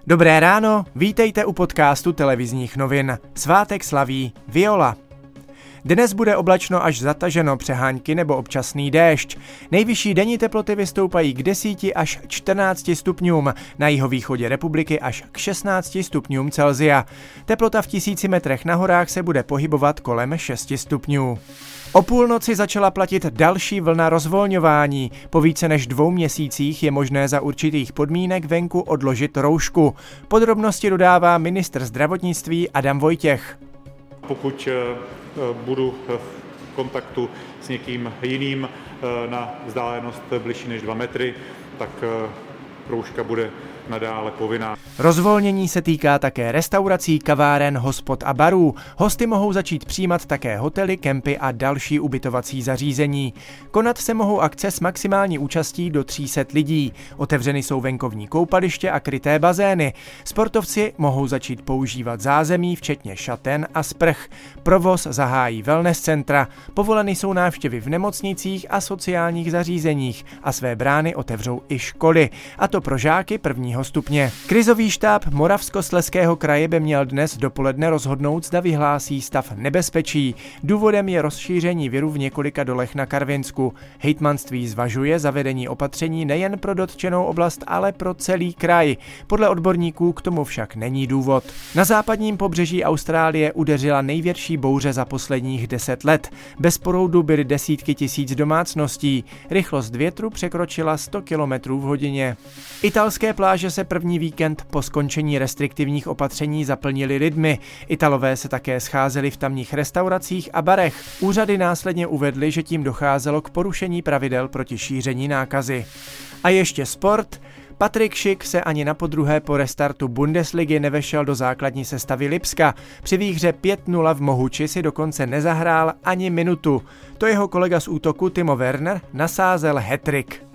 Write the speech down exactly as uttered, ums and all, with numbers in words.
Dobré ráno, vítejte u podcastu televizních novin. Svátek slaví Viola. Dnes bude oblačno až zataženo, přehánky nebo občasný déšť. Nejvyšší denní teploty vystoupají k deseti až čtrnácti stupňům, na jihovýchodě republiky až k šestnácti stupňům Celsia. Teplota v tisíci metrech na horách se bude pohybovat kolem šesti stupňů. O půlnoci začala platit další vlna rozvolňování. Po více než dvou měsících je možné za určitých podmínek venku odložit roušku. Podrobnosti dodává ministr zdravotnictví Adam Vojtěch. Pokud budu v kontaktu s někým jiným na vzdálenost bližší než dva metry, tak rouška bude nadále povinná. Rozvolnění se týká také restaurací, kaváren, hospod a barů. Hosty mohou začít přijímat také hotely, kempy a další ubytovací zařízení. Konat se mohou akce s maximální účastí do tří set lidí. Otevřeny jsou venkovní koupaliště a kryté bazény. Sportovci mohou začít používat zázemí, včetně šaten a sprch. Provoz zahájí wellness centra. Povoleny jsou návštěvy v nemocnicích a sociálních zařízeních a své brány otevřou i školy. A to pro žáky prvního stupně. Krizový štáb Moravskoslezského kraje by měl dnes dopoledne rozhodnout, zda vyhlásí stav nebezpečí. Důvodem je rozšíření viru v několika dolech na Karvinsku. Hejtmanství zvažuje zavedení opatření nejen pro dotčenou oblast, ale pro celý kraj. Podle odborníků k tomu však není důvod. Na západním pobřeží Austrálie udeřila největší bouře za posledních deset let. Bez proudu byly desítky tisíc domácností. Rychlost větru překročila sto kilometrů v hodině. Italské pláže se první víkend po skončení restriktivních opatření zaplnily lidmi. Italové se také scházeli v tamních restauracích a barech. Úřady následně uvedly, že tím docházelo k porušení pravidel proti šíření nákazy. A ještě sport. Patrik Schick se ani na podruhé po restartu Bundesligy nevešel do základní sestavy Lipska. Při výhře pět nula v Mohuči si dokonce nezahrál ani minutu. To jeho kolega z útoku Timo Werner nasázel hat-trick.